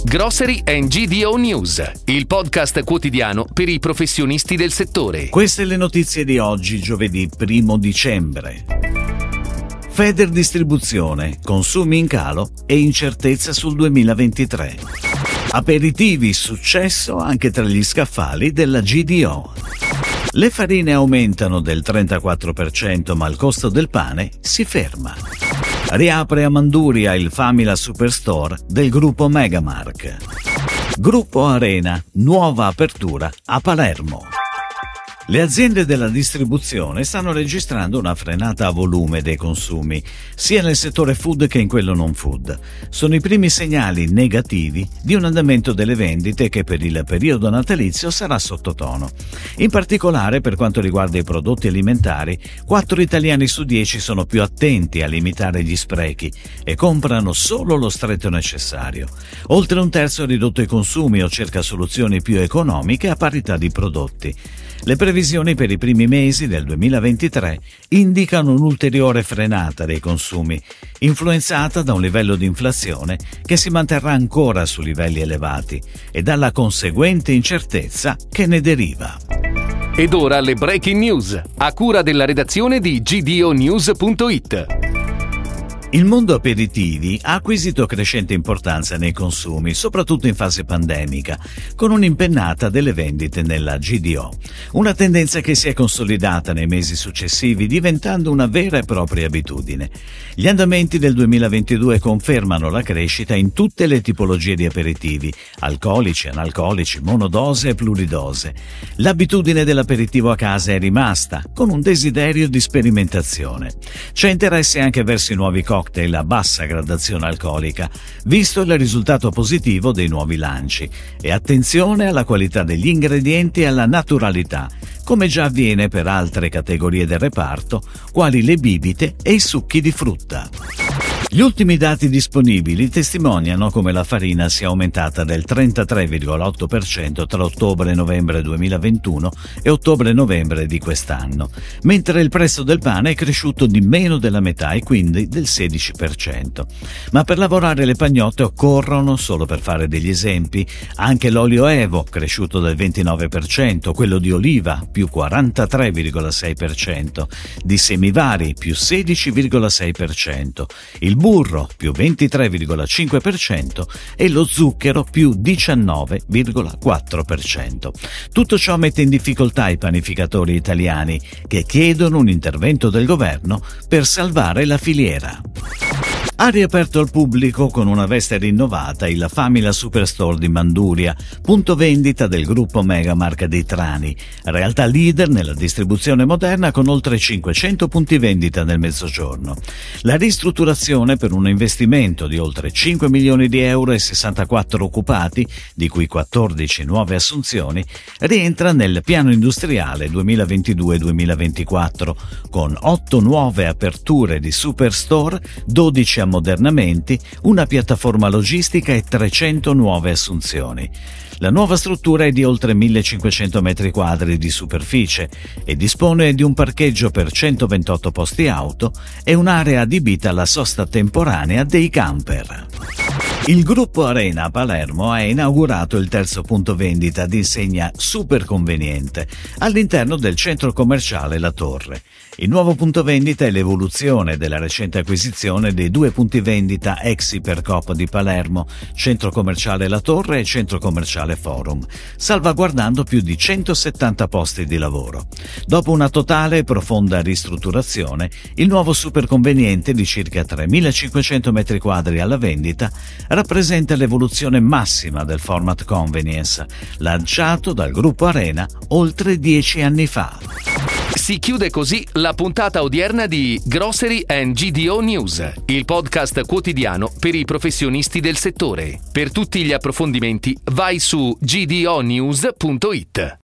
Grocery and GDO News, il podcast quotidiano per i professionisti del settore. Queste le notizie di oggi, giovedì 1 dicembre. Feder Distribuzione, consumi in calo e incertezza sul 2023. Aperitivi, successo anche tra gli scaffali della GDO. Le farine aumentano del 34%, ma il costo del pane si ferma. Riapre a Manduria il Famila Superstore del gruppo Megamark. Gruppo Arena, nuova apertura a Palermo. Le aziende della distribuzione stanno registrando una frenata a volume dei consumi, sia nel settore food che in quello non food. Sono i primi segnali negativi di un andamento delle vendite che per il periodo natalizio sarà sottotono. In particolare, per quanto riguarda i prodotti alimentari, 4 italiani su 10 sono più attenti a limitare gli sprechi e comprano solo lo stretto necessario. Oltre un terzo ha ridotto i consumi o cerca soluzioni più economiche a parità di prodotti. Le previsioni per i primi mesi del 2023 indicano un'ulteriore frenata dei consumi, influenzata da un livello di inflazione che si manterrà ancora su livelli elevati e dalla conseguente incertezza che ne deriva. Ed ora le breaking news, a cura della redazione di gdonews.it. Il mondo aperitivi ha acquisito crescente importanza nei consumi, soprattutto in fase pandemica, con un'impennata delle vendite nella GDO. Una tendenza che si è consolidata nei mesi successivi, diventando una vera e propria abitudine. Gli andamenti del 2022 confermano la crescita in tutte le tipologie di aperitivi, alcolici, analcolici, monodose e pluridose. L'abitudine dell'aperitivo a casa è rimasta, con un desiderio di sperimentazione. C'è interesse anche verso i nuovi cocktail a bassa gradazione alcolica, visto il risultato positivo dei nuovi lanci, e attenzione alla qualità degli ingredienti e alla naturalità, come già avviene per altre categorie del reparto, quali le bibite e i succhi di frutta. Gli ultimi dati disponibili testimoniano come la farina sia aumentata del 33,8% tra ottobre e novembre 2021 e ottobre-novembre di quest'anno, mentre il prezzo del pane è cresciuto di meno della metà e quindi del 16%. Ma per lavorare le pagnotte occorrono, solo per fare degli esempi, anche l'olio Evo, cresciuto del 29%, quello di oliva, più 43,6%, di semivari, più 16,6%, il burro più 23,5% e lo zucchero più 19,4%. Tutto ciò mette in difficoltà i panificatori italiani, che chiedono un intervento del governo per salvare la filiera. Ha riaperto al pubblico con una veste rinnovata il Famila Superstore di Manduria, punto vendita del gruppo Megamark dei Trani, realtà leader nella distribuzione moderna con oltre 500 punti vendita nel Mezzogiorno. La ristrutturazione, per un investimento di oltre 5 milioni di euro e 64 occupati, di cui 14 nuove assunzioni, rientra nel piano industriale 2022-2024, con 8 nuove aperture di Superstore, 12 ammodernamenti, una piattaforma logistica e 300 nuove assunzioni. La nuova struttura è di oltre 1500 metri quadri di superficie e dispone di un parcheggio per 128 posti auto e un'area adibita alla sosta temporanea dei camper. Il gruppo Arena a Palermo ha inaugurato il terzo punto vendita di insegna super conveniente all'interno del centro commerciale La Torre. Il nuovo punto vendita è l'evoluzione della recente acquisizione dei 2 punti vendita ex Ipercoop di Palermo, centro commerciale La Torre e centro commerciale Forum, salvaguardando più di 170 posti di lavoro. Dopo una totale e profonda ristrutturazione, il nuovo super conveniente di circa 3.500 metri quadri alla vendita rappresenta l'evoluzione massima del format convenience, lanciato dal gruppo Arena oltre 10 anni fa. Si chiude così la puntata odierna di Grocery and GDO News, il podcast quotidiano per i professionisti del settore. Per tutti gli approfondimenti vai su gdonews.it.